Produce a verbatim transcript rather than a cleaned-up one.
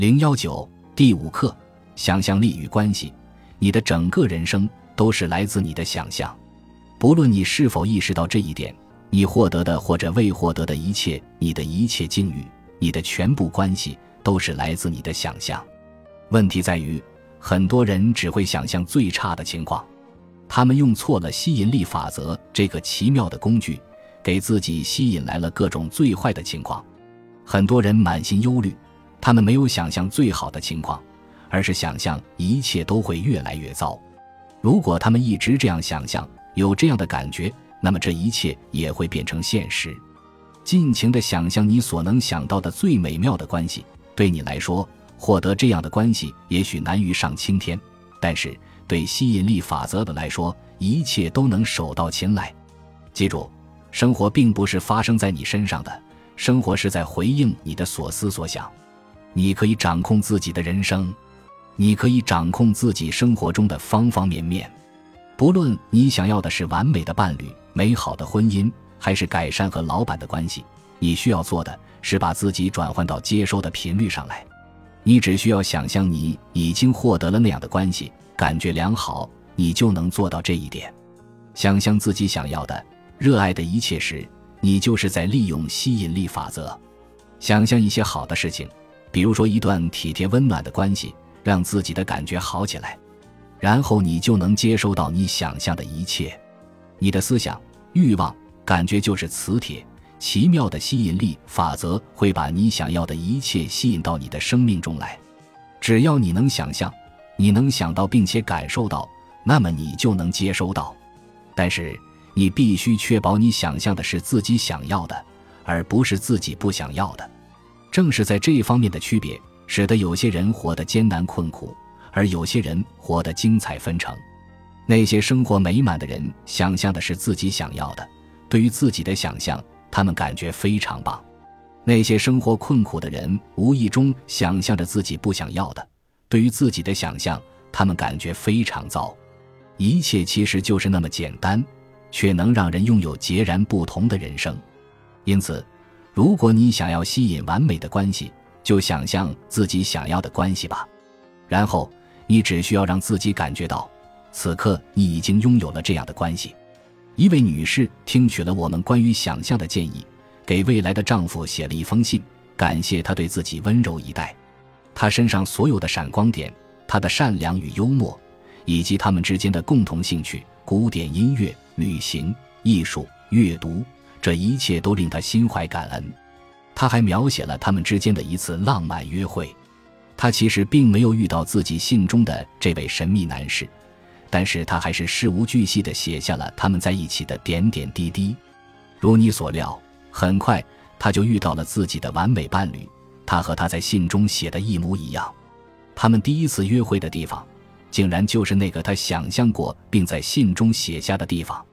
零一九第五课，想象力与关系。你的整个人生都是来自你的想象，不论你是否意识到这一点，你获得的或者未获得的一切，你的一切境遇，你的全部关系都是来自你的想象。问题在于，很多人只会想象最差的情况，他们用错了吸引力法则这个奇妙的工具，给自己吸引来了各种最坏的情况。很多人满心忧虑，他们没有想象最好的情况，而是想象一切都会越来越糟。如果他们一直这样想象，有这样的感觉，那么这一切也会变成现实。尽情地想象你所能想到的最美妙的关系，对你来说，获得这样的关系也许难于上青天，但是对吸引力法则的来说，一切都能手到擒来。记住，生活并不是发生在你身上的，生活是在回应你的所思所想。你可以掌控自己的人生，你可以掌控自己生活中的方方面面。不论你想要的是完美的伴侣、美好的婚姻，还是改善和老板的关系，你需要做的是把自己转换到接收的频率上来。你只需要想象你已经获得了那样的关系，感觉良好，你就能做到这一点。想象自己想要的、热爱的一切时，你就是在利用吸引力法则。想象一些好的事情，比如说一段体贴温暖的关系，让自己的感觉好起来，然后你就能接收到你想象的一切。你的思想、欲望、感觉就是磁铁，奇妙的吸引力法则会把你想要的一切吸引到你的生命中来。只要你能想象，你能想到并且感受到，那么你就能接收到。但是你必须确保你想象的是自己想要的，而不是自己不想要的。正是在这方面的区别，使得有些人活得艰难困苦，而有些人活得精彩纷呈。那些生活美满的人想象的是自己想要的，对于自己的想象，他们感觉非常棒。那些生活困苦的人无意中想象着自己不想要的，对于自己的想象，他们感觉非常糟。一切其实就是那么简单，却能让人拥有截然不同的人生。因此，如果你想要吸引完美的关系，就想象自己想要的关系吧。然后，你只需要让自己感觉到，此刻你已经拥有了这样的关系。一位女士听取了我们关于想象的建议，给未来的丈夫写了一封信，感谢他对自己温柔以待。他身上所有的闪光点，他的善良与幽默，以及他们之间的共同兴趣，古典音乐、旅行、艺术、阅读，这一切都令他心怀感恩。他还描写了他们之间的一次浪漫约会。他其实并没有遇到自己信中的这位神秘男士，但是他还是事无巨细地写下了他们在一起的点点滴滴。如你所料，很快他就遇到了自己的完美伴侣，他和他在信中写的一模一样。他们第一次约会的地方，竟然就是那个他想象过并在信中写下的地方。